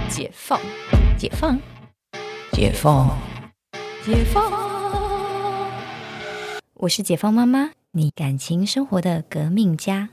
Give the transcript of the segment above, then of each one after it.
解放，解放，解放，解放。我是解放妈妈，你感情生活的革命家。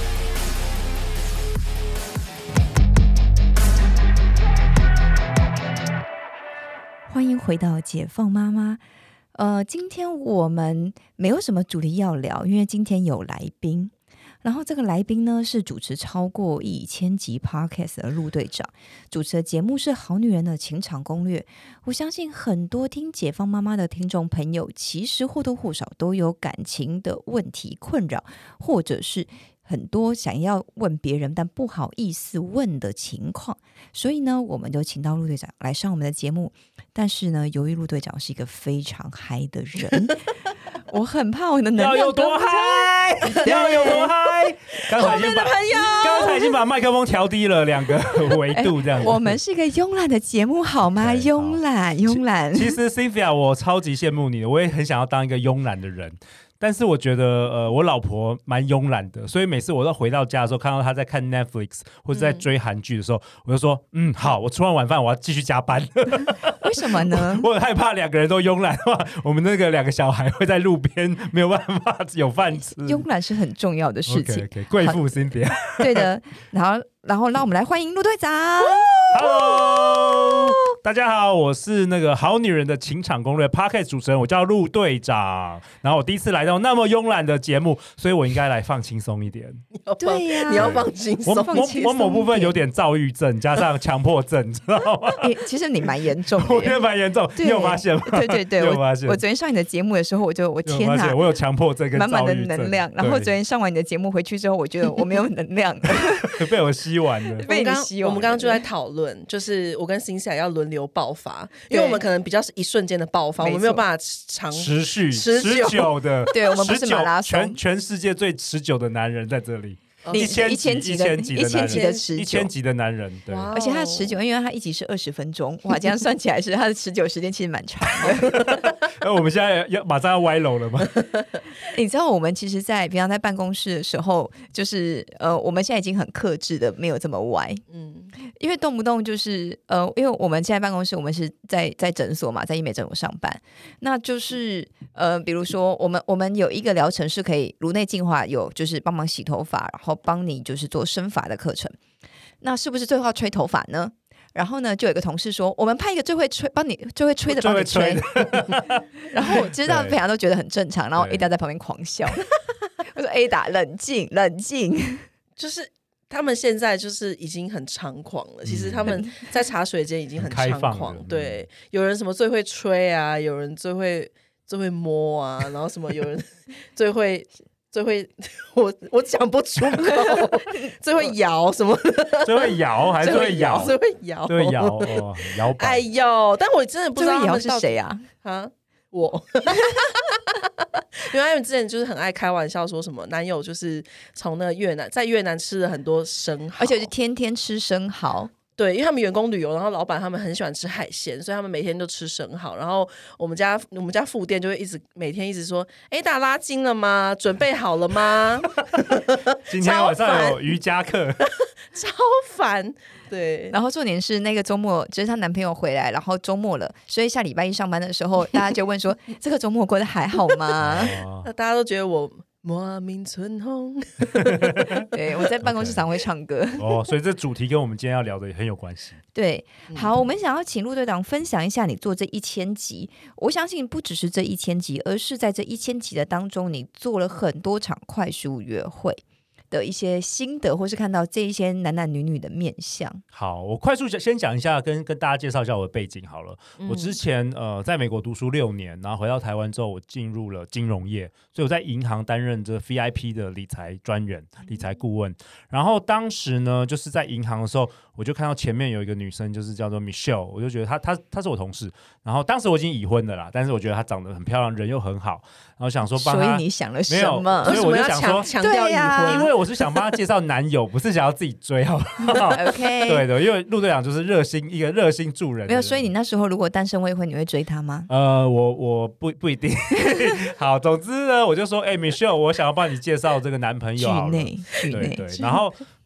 欢迎回到解放妈妈。今天我们没有什么主题要聊，因为今天有来宾。然后这个来宾呢是主持超过1000集 Podcast 的陆队长，主持的节目是《好女人的情场攻略》。我相信很多听解放妈妈的听众朋友，其实或多或少都有感情的问题困扰，或者是很多想要问别人但不好意思问的情况。所以呢，我们就请到陆队长来上我们的节目。但是呢，由于陆队长是一个非常嗨的人，我很怕我的能量要有多嗨，要有多嗨。刚才已经把麦克风调低了2个维度，这样子。 我们是一个慵懒的节目，好吗？慵懒。 其实 Cynthia， 我超级羡慕你的，我也很想要当一个慵懒的人。但是我觉得我老婆蛮慵懒的，所以每次我都回到家的时候，看到她在看 Netflix 或者在追韩剧的时候，我就说好，我吃完晚饭我要继续加班。 为什么呢？ 我很害怕2个人都慵懒的话，我们那个2个小孩会在路边没有办法有饭吃。 慵懒是很重要的事情。 Okay, 贵妇Cynthia。 对的，然后让我们来欢迎陆队长。 Hello， 大家好，我是那个好女人的情场攻略 Podcast 主持人，我叫陆队长。然后我第一次来到那么慵懒的节目，所以我应该来放轻松一点。 对呀， 你要放轻松。 我某部分有点躁郁症，加上强迫症，知道吗？ 其实你蛮严重的， 我觉得蛮严重。你有发现吗？ 对，我昨天上你的节目的时候，我天哪， 我有强迫症跟满满的能量。然后昨天上完你的节目回去之后，我觉得我没有能量， 被我吸完了。 被你吸完。 我们刚刚就在讨论，就是我跟Cynthia要轮流爆发，因为我们可能比较是一瞬间的爆发，我们没有办法持久的。 对，我们不是马拉松， 全世界最持久的男人在这里。 1000集的持久 ，1000集的男人，对， 而且他的持久，因为他一集是20分钟，哇，这样算起来是他的持久时间其实蛮长的。 我们现在马上要歪楼了吗？ 你知道我们其实平常在办公室的时候，就是我们现在已经很克制的没有这么歪，因为动不动就是因为我们现在办公室我们是在诊所嘛，在医美诊所上班，那就是比如说我们有一个疗程是可以颅内净化，有就是帮忙洗头发，然后帮你就是做生发的课程，那是不是最后要吹头发呢？然后呢，就有一个同事说，我们派一个最会吹的帮你吹。然后我知道平常都觉得很正常，然后 Ada 在旁边狂笑。我说 Ada 冷静， 就是他们现在就是已经很猖狂了。其实他们在茶水间已经很猖狂，对，有人什么最会吹啊，有人最会摸啊，然后什么有人最会我讲不出口，最会摇什么的， 最会摇还是最会摇？ 最会摇， 对摇摇摆。 哎呦，但我真的不知道他们是谁啊？ 我，因为他们之前就是很爱开玩笑说什么男友就是从那个在越南吃了很多生蚝， 而且就天天吃生蚝。 对，因为他们员工旅游，然后老板他们很喜欢吃海鲜，所以他们每天都吃生蚝。然后我们家副店就会每天一直说：“Ada拉筋了吗？准备好了吗？” 今天晚上有瑜伽课， 超烦。对， 然后重点是那个周末，就是她男朋友回来，然后周末了，所以下礼拜一上班的时候，大家就问说：“这个周末过得还好吗？” 那大家都觉得我。莫名春红。 对，我在办公室常会唱歌。 所以这主题跟我们今天要聊的也很有关系。 对，好，我们想要请陆队长分享一下你做这1000集。我相信不只是这1000集，而是在这1000集的当中，你做了很多场快速约会的一些心得，或是看到这一些男男女女的面相。 好，我快速先讲一下，跟大家介绍一下我的背景好了。我之前在美国读书6年，然后回到台湾之后，我进入了金融业，所以我在银行担任这个 VIP 的理财专员、理财顾问。然后当时呢，就是在银行的时候，我就看到前面有一个女生，就是叫做 Michelle， 我就觉得她是我同事。然后当时我已经已婚的啦，但是我觉得她长得很漂亮，人又很好，然后想说帮她。 所以你想了什么？ 所以我就想说强调已婚， 因为我是想帮她介绍男友，不是想要自己追，好不好 ？OK， 对的，因为陆队长就是一个热心助人。 没有，所以你那时候如果单身未婚，你会追他吗？ 我不一定。好，总之呢，我就说，Michelle， 我想要帮你介绍这个男朋友好了。 剧内， 对，然后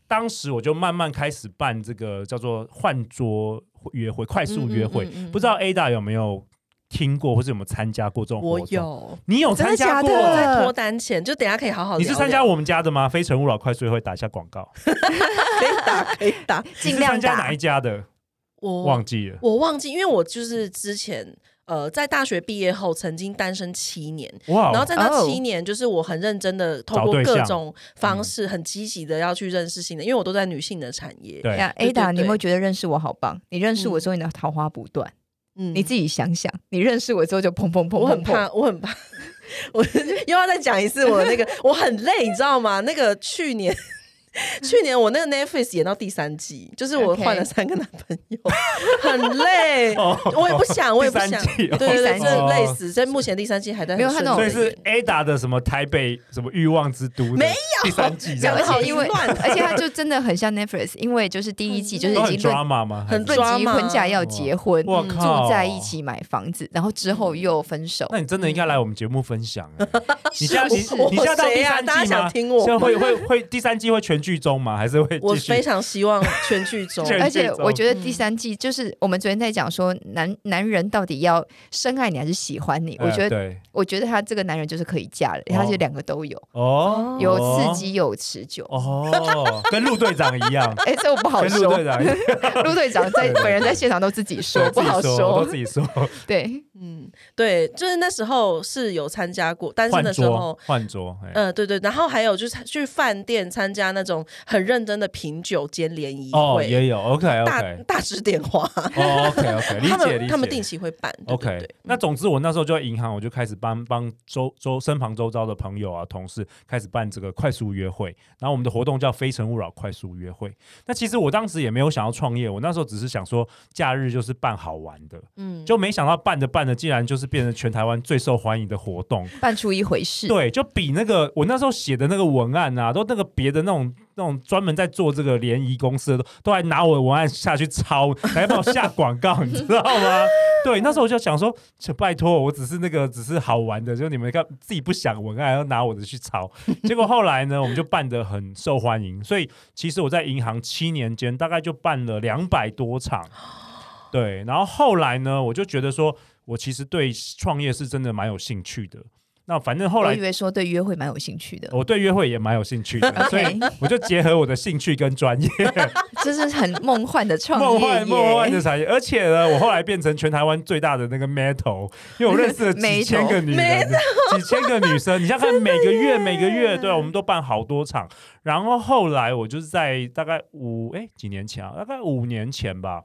当时我就慢慢开始办这个叫做换桌约会、快速约会，不知道 Ada 有没有听过或者有没有参加过这种活动？ 我有， 你有参加过？ 真的假的在脱单前，就等一下可以好好聊聊。 你是参加我们家的吗？非诚勿扰快速约会，打一下广告。 可以打， 尽量打。 你是参加哪一家的？ 我忘记了， 我忘记，因为我就是之前在大学毕业后曾经单身7年， 哇！ 然后在那7年，就是我很认真的透过各种方式，很积极的要去认识新的，因为我都在女性的产业。 对 ，Ada，你有没有觉得认识我好棒？你认识我之后，你的桃花不断。你自己想想，你认识我之后就砰砰砰砰砰。 我很怕，我又要再讲一次我那个，我很累，你知道吗？那个去年我那个 Netflix 演到第3季，就是我换了3个男朋友，很累。我也不想，对，这累死。在目前第3季还在， 没有看到， 所以是 Ada 的什么台北什么欲望之都， 没有第3季， 而且他就真的很像 Netflix， 因为就是第1季就是已经 drama 吗？ 很论及婚嫁要结婚， 住在一起买房子，然后之后又分手。 那你真的应该来我们节目分享。你现在到第3季吗？ 大家想听我？ 会第3季会全剧终吗？还是会？ 我非常希望全剧终。 而且我觉得第3季就是我们昨天在讲说男人到底要深爱你还是喜欢你？我觉得他这个男人就是可以嫁了，他就2个都有有刺激有持久跟陆队长一样。 这我不好说。陆队长本人在现场都自己说，不好说， 都自己说。 对， 对，就是那时候是有参加过单身的时候换桌， 对，然后还有就是去饭店参加那种很认真的品酒兼联谊会， 也有 OK， 大指点花 ，OK， 理解， 他们定期会办 ，OK。那总之我那时候就在银行，我就开始帮身旁周遭的朋友啊、同事开始办这个快速约会，然后我们的活动叫非诚勿扰快速约会。那其实我当时也没有想要创业，我那时候只是想说假日就是办好玩的，就没想到办着竟然就是变成全台湾最受欢迎的活动， 办出一回事。 对，就比那个我那时候写的那个文案啊，都那个别的那种专门在做这个联谊公司的都还拿我的文案下去抄，来帮我下广告，你知道吗？对，那时候我就想说，拜托，我只是好玩的，就你们看自己不想文案，要拿我的去抄。结果后来呢，我们就办得很受欢迎，所以其实我在银行7年间大概就办了200多场。对，然后后来呢，我就觉得说我其实对创业是真的蛮有兴趣的。那反正后来我以为说对约会蛮有兴趣的， 我对约会也蛮有兴趣的，所以我就结合我的兴趣跟专业， 这是很梦幻的创业， 梦幻的产业。而且呢，我后来变成全台湾最大的那个 metal， 因为我认识了几千个女人，几千个女生。你想看每个月，对，我们都办好多场。然后后来我就是在大概几年前啊，大概5年前吧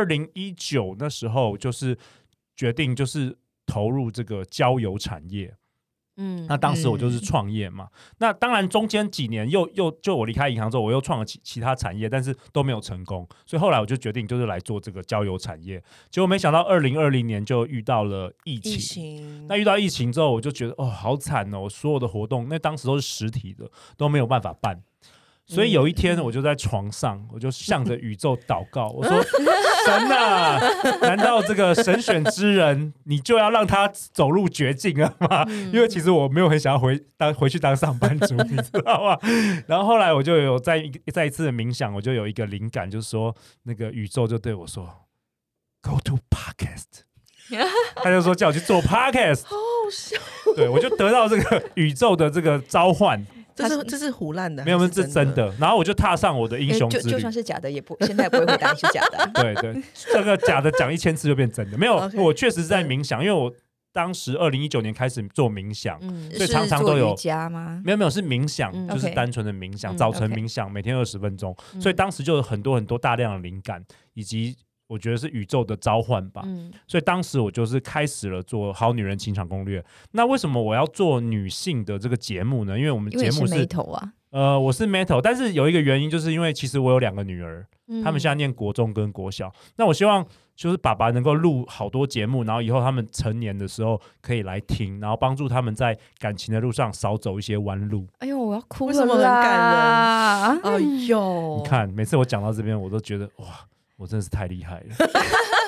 ，2019那时候就是决定就是投入这个交友产业。那当时我就是创业嘛，那当然中间几年又就我离开银行之后，我又创了其他产业，但是都没有成功，所以后来我就决定就是来做这个交友产业。结果没想到2020年就遇到了疫情，那遇到疫情之后，我就觉得好惨哦，我所有的活动那当时都是实体的，都没有办法办。所以有一天我就在床上，我就向着宇宙祷告，我说神啊，难道这个神选之人你就要让他走入绝境了吗？因为其实我没有很想要回去当上班族，你知道吗？然后后来我就有在一次的冥想，我就有一个灵感，就是说那个宇宙就对我说 Go to podcast， 他就说叫我去做 podcast， 好笑。 对，我就得到这个宇宙的这个召唤。 这是胡乱的， 没有，这是真的。然后我就踏上我的英雄之旅， 就算是假的，现在也不会回答你是假的。 对，这个假的讲1000次就变真的。没有，我确实是在冥想，因为我当时2019年开始做冥想，所以常常都有。 是做瑜伽吗？ 没有，是冥想，就是单纯的冥想，早晨冥想，每天20分钟。所以当时就有很多大量的灵感，以及我觉得是宇宙的召唤吧，所以当时我就是开始了做好女人情场攻略。那为什么我要做女性的这个节目呢？因为我们节目是 metal 啊， 我是 metal， 但是有一个原因，就是因为其实我有2个女儿，她们现在念国中跟国小，那我希望就是爸爸能够录好多节目，然后以后他们成年的时候可以来听，然后帮助他们在感情的路上少走一些弯路。 哎呦，我要哭了， 为什么很感人？哎呦， 你看每次我讲到这边，我都觉得哇，我真的是太厉害了。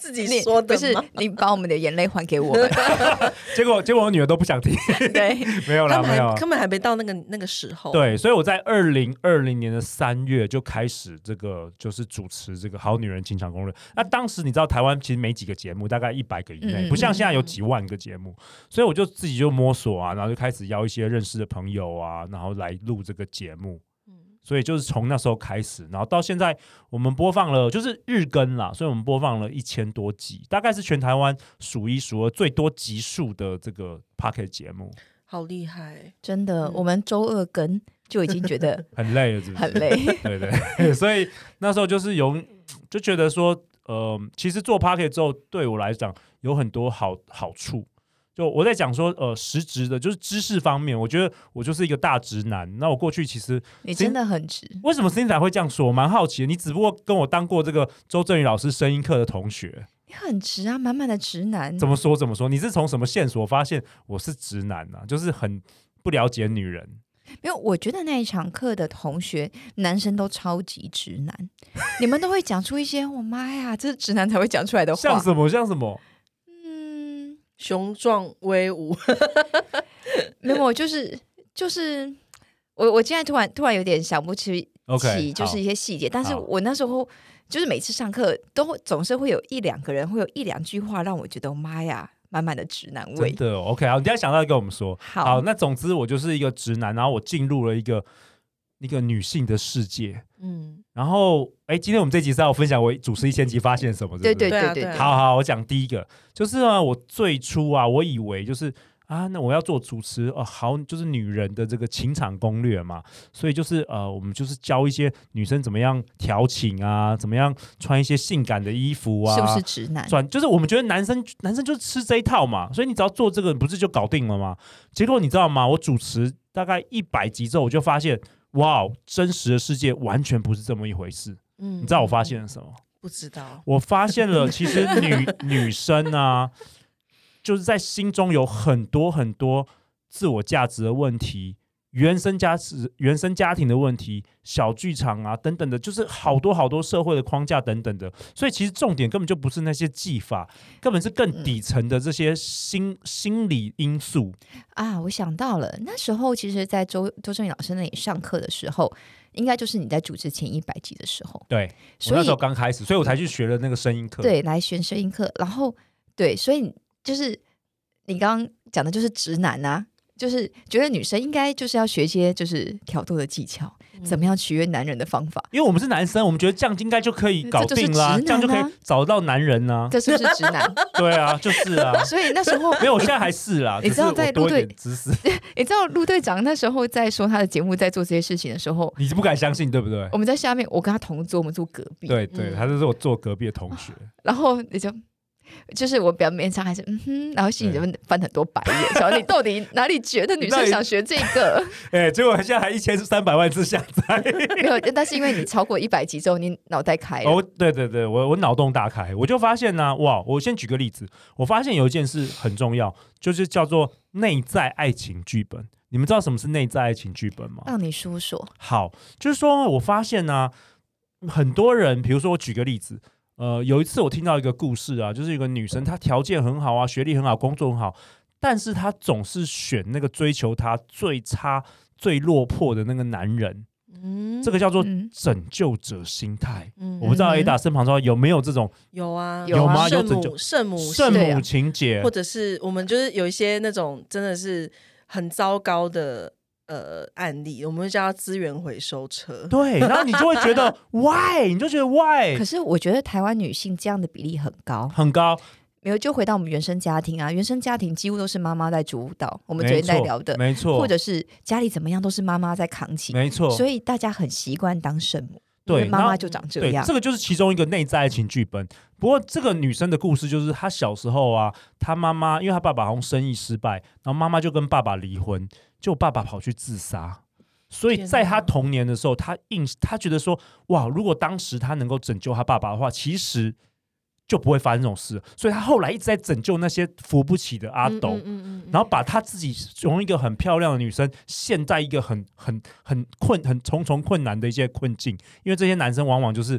自己说的吗？ 不是，你把我们的眼泪还给我们。 结果我女儿都不想听。 对， 没有啦，没有， 根本还没到那个时候。 对，所以我在2020年的3月就开始这个就是主持这个《好女人情场攻略》。那当时你知道台湾其实没几个节目，大概100个以内，不像现在有几万个节目，所以我就自己就摸索啊，然后就开始邀一些认识的朋友啊，然后来录这个节目。所以就是从那时候开始，然后到现在我们播放了就是日更啦，所以我们播放了1000多集，大概是全台湾数一数二最多集数的这个 Podcast 节目。 好厉害， 真的，我们周2更就已经觉得很累了，是不是？ 很累。 对对，所以那时候就是就觉得说，其实做 Podcast 之后对我来讲有很多好处。就我在讲说，实质的，就是知识方面，我觉得我就是一个大直男。那我过去其实你真的很直， 为什么Cynthia会这样说？我蛮好奇的。你只不过跟我当过这个周振宇老师声音课的同学， 你很直啊，满满的直男。 怎么说？你是从什么线索发现我是直男啊？就是很不了解女人。 没有，我觉得那一堂课的同学男生都超级直男，你们都会讲出一些我妈呀，这是直男才会讲出来的话。 像什么？ 雄壮威武。 没有，就是我现在突然有点想不起就是一些细节，但是我那时候就是每次上课都总是会有1-2个人会有1-2句话让我觉得妈呀，满满的直男味。 真的 OK， 好，你等一下想到跟我们说。好，那总之我就是一个直男，然后我进入了一个女性的世界。然后今天我们这集是要分享我主持1000集发现什么，对不对？ 对。 好，我讲第一个，就是我最初啊，我以为就是那我要做主持好，就是女人的这个情场攻略嘛，所以就是我们就是教一些女生怎么样调情啊，怎么样穿一些性感的衣服啊， 是不是直男？ 就是我们觉得男生就是吃这一套嘛，所以你只要做这个，不是就搞定了吗？结果你知道吗？我主持大概100集之后，我就发现，哇，真实的世界完全不是这么一回事。你知道我发现了什么？ 不知道。 我发现了，其实女生啊，就是在心中有很多很多自我价值的问题，原生家庭的问题，小剧场啊等等的，就是好多社会的框架等等的。所以其实重点根本就不是那些技法，根本是更底层的这些心理因素啊。我想到了，那时候其实在周正宇老师那里上课的时候，应该就是你在主持前100集的时候。 对，我那时候刚开始，所以我才去学了那个声音课。 对，来学声音课。然后对，所以就是你刚刚讲的就是直男啊，就是觉得女生应该就是要学一些就是挑逗的技巧，怎么样取悦男人的方法。 因为我们是男生，我们觉得这样应该就可以搞定啦，这样就可以找到男人啊。 这是不是直男？ 对啊，就是啊。 所以那时候没有，我现在还是啦。 你知道在陆队知识， 你知道陆队长那时候在说他的节目在做这些事情的时候， 你是不敢相信，对不对？ 我们在下面，我跟他同桌，我们坐隔壁。 对，他就是我坐隔壁的同学。 然后你就是我表面上还是然后心里就翻很多白眼，想你到底哪里觉得女生想学这个？ 结果现在还1300万次下载。 没有，但是因为你超过100集之后，你脑袋开了。 对，我脑洞大开，我就发现呢，哇！我先举个例子，我发现有一件事很重要，就是叫做内在爱情剧本。你们知道什么是内在爱情剧本吗？ 让你说说。 好，就是说我发现呢，很多人，比如说我举个例子。有一次我听到一个故事啊，就是一个女生，她条件很好啊，学历很好，工作很好，但是她总是选那个追求她最差、最落魄的那个男人。这个叫做拯救者心态。我不知道 Ada 身旁说有没有这种？ 有啊， 有吗？有圣母情节， 或者是我们就是有一些那种真的是很糟糕的。案例，我们会叫它资源回收车。 对，然后你就会觉得 why， 你就觉得 why。 可是我觉得台湾女性这样的比例很高， 很高。 没有，就回到我们原生家庭啊，原生家庭几乎都是妈妈在主导。我们昨天在聊的， 没错， 或者是家里怎么样都是妈妈在扛起， 没错。 所以大家很习惯当圣母。 对， 妈妈就长这样。 对，这个就是其中一个内在爱情剧本。不过这个女生的故事就是她小时候啊，她妈妈因为她爸爸好像生意失败，然后妈妈就跟爸爸离婚，就爸爸跑去自杀。所以在她童年的时候，她觉得说，哇，如果当时她能够拯救她爸爸的话，其实就不会发生这种事。所以她后来一直在拯救那些扶不起的阿斗，然后把她自己从一个很漂亮的女生陷在一个很重重困难的一些困境。因为这些男生往往就是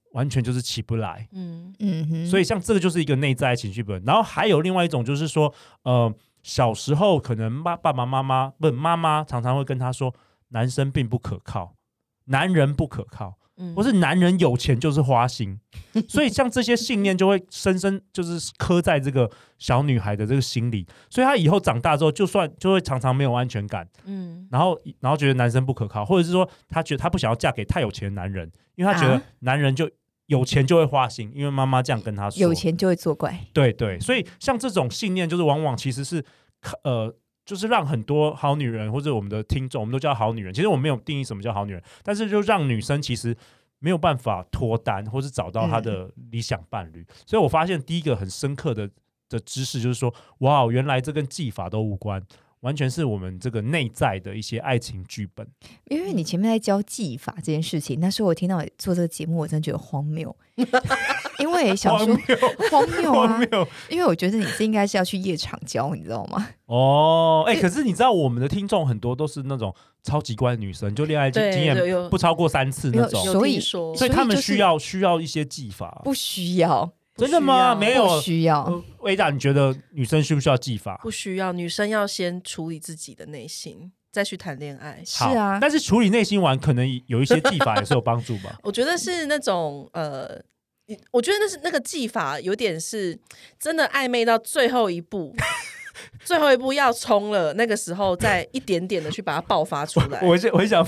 完全就是起不来。所以像这个就是一个内在情绪本。然后还有另外一种就是说，小时候可能妈妈常常会跟他说，男生并不可靠，男人不可靠。或是男人有钱就是花心，所以像这些信念就会深深就是刻在这个小女孩的这个心里，所以她以后长大之后，就会常常没有安全感，然后觉得男生不可靠，或者是说她觉得她不想要嫁给太有钱的男人，因为她觉得男人就有钱就会花心，因为妈妈这样跟她说， 有钱就会作怪。 对对，所以像这种信念，就是往往其实是就是让很多好女人或者我们的听众，我们都叫好女人，其实我们没有定义什么叫好女人，但是就让女生其实没有办法脱单或是找到她的理想伴侣。所以我发现第一个很深刻的知识就是说，哇，原来这跟技法都无关，完全是我们这个内在的一些爱情剧本。 因为你前面在教技法这件事情，那时候我听到做这个节目，我真的觉得荒谬。因为想说荒谬啊，因为我觉得你这应该是要去夜场教，你知道吗？ 可是你知道我们的听众很多都是那种超级乖的女生，就恋爱经验不超过3次那种， 所以他们需要一些技法。 不需要。 真的吗？没有， 不需要。 Ada，你觉得女生需不需要技法？ 不需要，女生要先处理自己的内心，再去谈恋爱。 是啊， 但是处理内心完，可能有一些技法也是有帮助吧。 我觉得是那种我觉得那个技法有点是真的暧昧到最后一步。最后一步要冲了，那个时候再一点点的去把它爆发出来。 我很想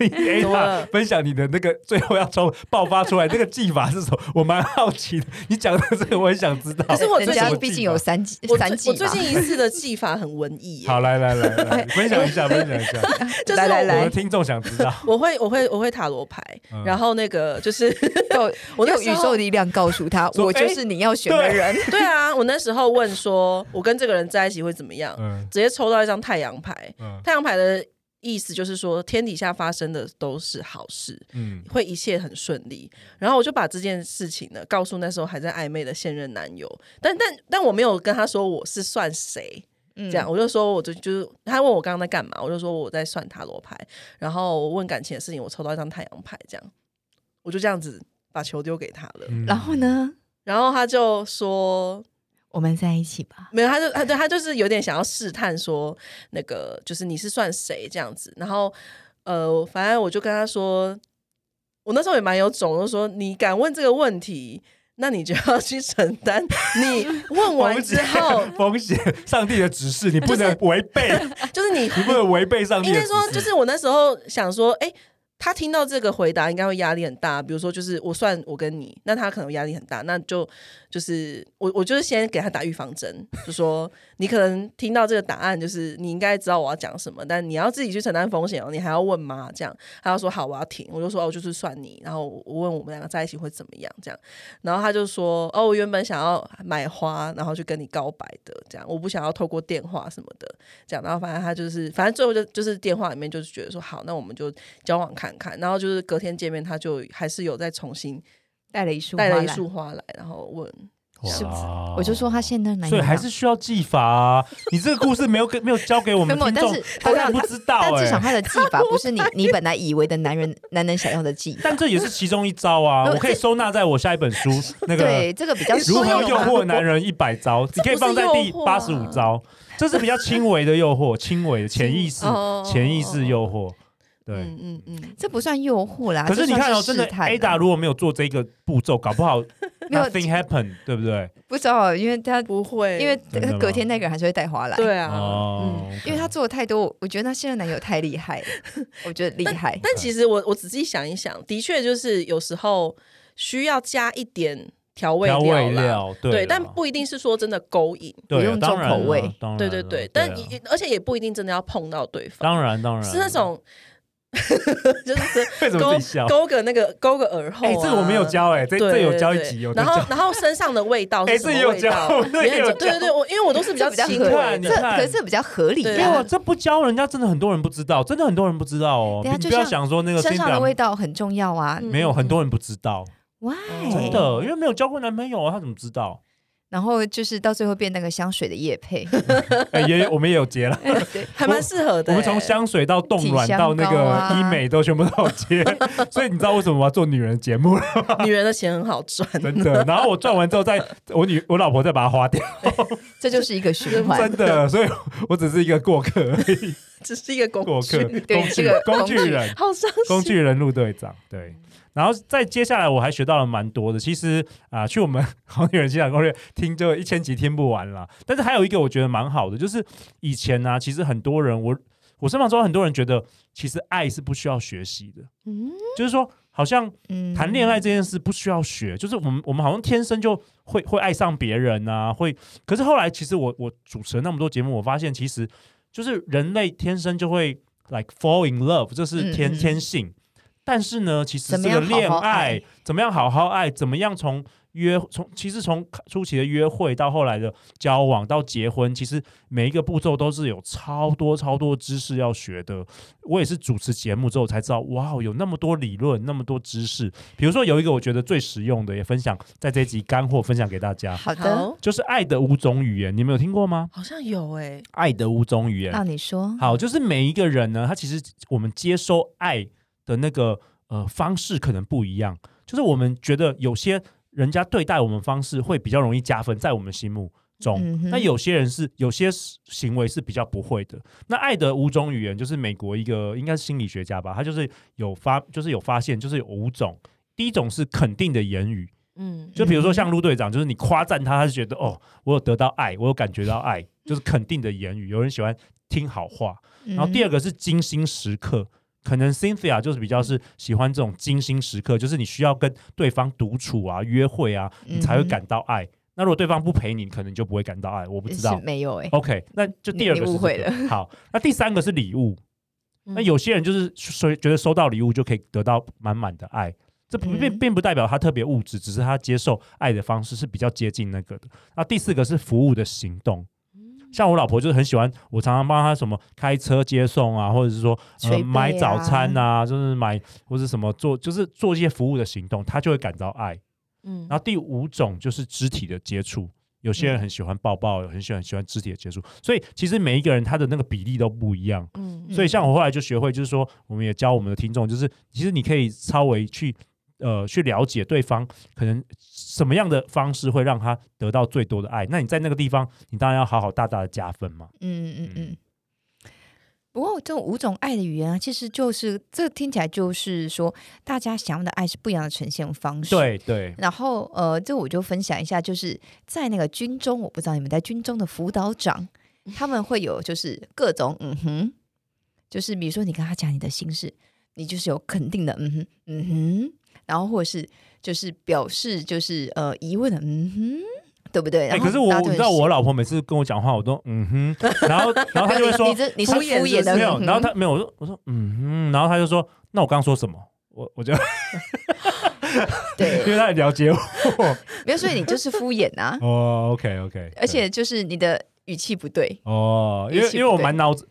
Ada 分享你的那个最后要冲爆发出来那个技法是什么，我蛮好奇的。你讲的这个我很想知道。 可是我最近毕竟有三技我最近一次的技法很文艺。 好，来分享一下， 就是我的听众想知道。 我会塔罗牌，然后那个就是我用宇宙力量告诉他，我就是你要选的人。 对啊，我那时候问说，我跟这个人在一起会怎么样？直接抽到一张太阳牌。太阳牌的意思就是说，天底下发生的都是好事，会一切很顺利。然后我就把这件事情呢告诉那时候还在暧昧的现任男友，但我没有跟他说我是算谁。这样我就说我就是他问我刚刚在干嘛，我就说我在算塔罗牌，然后我问感情的事情，我抽到一张太阳牌，这样我就这样子把球丢给他了。 然后呢？ 然后他就说我们在一起吧。 没有，他就是有点想要试探说那个就是你是算谁这样子。然后反正我就跟他说，我那时候也蛮有种，我就说你敢问这个问题，那你就要去承担你问完之后风险，上帝的指示你不能违背， 就是你不能违背上帝的指示。 应该说就是我那时候想说他听到这个回答应该会压力很大，比如说就是我算我跟你，那他可能压力很大，那就是我就是先给他打预防针，就说你可能听到这个答案，就是你应该知道我要讲什么，但你要自己去承担风险你还要问吗？这样他就说好，我要停。我就说我就是算你，然后我问我们两个在一起会怎么样这样，然后他就说我原本想要买花，然后去跟你告白的，这样我不想要透过电话什么的，这样，然后反正最后就是电话里面就是觉得说好，那我们就交往看看，然后就是隔天见面，他就还是有再重新带了一束花来，然后问是不是？我就说他现在男友， 所以还是需要技法啊。你这个故事没有教给我们听众，他当然不知道。 但至少他的技法不是你本来以为的男人想要的技法， 但这也是其中一招啊。我可以收纳在我下一本书那个对这个比较如何诱惑男人100招，你可以放在第85招。这是比较轻微的诱惑，轻微的潜意识诱惑。对， 这不算诱惑啦。 可是你看真的 Ada 如果没有做这个步骤，搞不好 nothing happen， 对不对？ 不知道，因为他不会， 因为隔天那个人还是会带花来。 对啊， 因为他做的太多，我觉得他现任男友太厉害了，我觉得厉害。 但其实我仔细想一想，的确就是有时候需要加一点调味料，对，但不一定是说真的勾引， 不用重口味， 对，但而且也不一定真的要碰到对方， 当然是那种。就是勾个耳后这个我没有教这有教一集有， 然后身上的味道是什么味道？对，因为我都是比较轻微， 可是这比较合理。 这不教人家真的很多人不知道，真的很多人不知道哦。你不要想说那个身上的味道很重要啊， 没有很多人不知道。 Why？ 真的，因为没有交过男朋友啊，他怎么知道？ 然后就是到最后变那个香水的业配， 我们也有接了， 还蛮适合的。 我们从香水到冻卵到那个医美都全部都有接，所以你知道为什么我要做女人节目了吗？ 女人的钱很好赚， 真的。然后我赚完之后我老婆再把它花掉， 这就是一个循环， 真的。所以我只是一个过客而已， 只是一个过客， 工具人， 好伤心， 工具人陆队长，对。然后再接下来我还学到了蛮多的，其实去我们好女人情感攻略听就1000集听不完啦。但是还有一个我觉得蛮好的，就是以前其实很多人我身旁中很多人觉得其实爱是不需要学习的，就是说好像谈恋爱这件事不需要学，就是我们好像天生就会爱上别人可是后来其实我主持了那么多节目，我发现其实就是人类天生就会 like fall in love， 这是天性。但是呢，其实这个恋爱怎么样好好爱，怎么样从初期的约会到后来的交往到结婚，其实每一个步骤都是有超多知识要学的。我也是主持节目之后才知道，哇，有那么多理论，那么多知识。比如说有一个我觉得最实用的，也分享在这一集干货分享给大家。 好的， 就是爱的5种语言，你们有听过吗？ 好像有爱的5种语言。 那你说。 好，就是每一个人呢，他其实我们接收爱的那个方式可能不一样，就是我们觉得有些人家对待我们方式会比较容易加分在我们心目中，那有些行为是比较不会的。那爱的5种语言就是美国一个应该是心理学家吧，他就是有发现就是有5种。第一种是肯定的言语，就比如说像陆队长，就是你夸赞他是觉得我有得到爱，我有感觉到爱，就是肯定的言语，有人喜欢听好话。然后第二个是精心时刻，可能 Cynthia 就是比较是喜欢这种精心时刻，就是你需要跟对方独处约会你才会感到爱。那如果对方不陪你，可能就不会感到爱。我不知道， 没有 OK， 那就第二个是你误会了。 好，那第3个是礼物。那有些人就是觉得收到礼物就可以得到满满的爱，这并不代表他特别物质，只是他接受爱的方式是比较接近那个的。那第4个是服务的行动。像我老婆就是很喜欢我常常帮她什么开车接送或者是说买早餐就是买或者什么就是做一些服务的行动，她就会感到爱。然后第5种就是肢体的接触，有些人很喜欢抱抱，很喜欢肢体的接触，所以其实每一个人他的那个比例都不一样。所以像我后来就学会，就是说我们也教我们的听众，就是其实你可以稍微去了解对方可能什么样的方式会让他得到最多的爱，那你在那个地方你当然要好好大大的加分嘛。 不过这种5种爱的语言其实就是这个听起来就是说大家想要的爱是不一样的呈现方式。 对。 然后这我就分享一下，就是在那个军中，我不知道你们在军中的辅导长他们会有就是各种就是比如说你跟他讲你的心事，你就是有肯定的然后或者是就是表示就是疑问的对不对？ 可是你知道我老婆每次跟我讲话，我都然后她就会说你是敷衍的， 没有，然后她没有，我说然后她就说那我刚刚说什么？我就对，因为她很了解我， 没有，所以你就是敷衍 OK， 而且就是你的语气不对因为我满脑子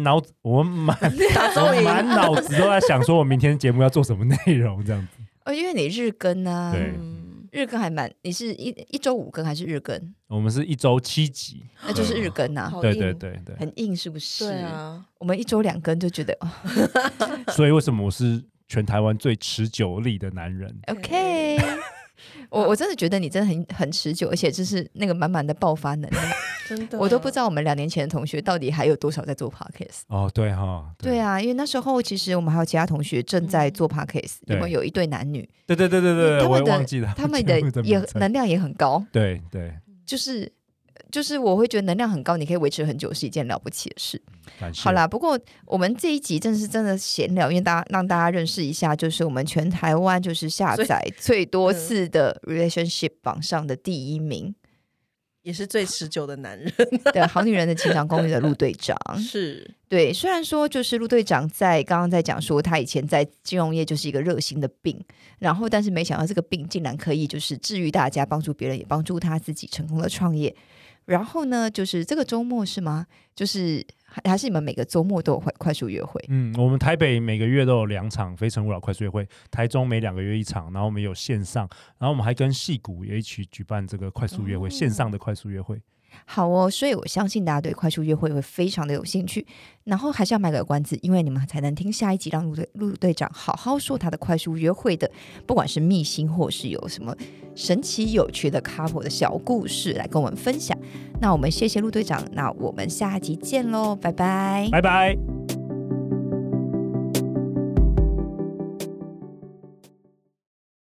都在想说我明天节目要做什么内容这样子。 因为你日更对。 日更还你是一周5更还是日更？ 我们是1周7集， 那就是日更对， 很硬是不是？ 对啊， 我们1周2更就觉得所以为什么我是全台湾最持久力的男人 ？OK， 我真的觉得你真的很持久，而且就是那个满满的爆发能量。 真的， 我都不知道我们2年前的同学到底还有多少在做 podcast。 对对啊，因为那时候其实我们还有其他同学正在做 podcast，你们有一对男女。 对，我也忘记了， 他们的能量也很高。 对， 就是我会觉得能量很高，你可以维持很久是一件了不起的事。好啦，不过我们这一集真的闲聊，因为让大家认识一下，就是我们全台湾就是下载最多次的 relationship 榜上的第1名。 也是最持久的男人对，好女人的情场攻略的陆队长是对。虽然说就是陆队长刚刚在讲说他以前在金融业就是一个热心的病，然后但是没想到这个病竟然可以就是治愈大家，帮助别人，也帮助他自己成功的创业。 然后呢，就是这个周末是吗？就是还是你们每个周末都有快速约会？ 我们台北每个月都有2场非诚勿扰快速约会，台中每2个月1场，然后我们有线上，然后我们还跟矽谷也一起举办这个快速约会，线上的快速约会。 好哦，所以我相信大家对快速约会会非常的有兴趣，然后还是要卖个关子，因为你们才能听下一集让陆队长好好说他的快速约会的，不管是秘辛或是有什么神奇有趣的 couple 的小故事来跟我们分享。那我们谢谢陆队长，那我们下集见喽，拜拜， 拜拜。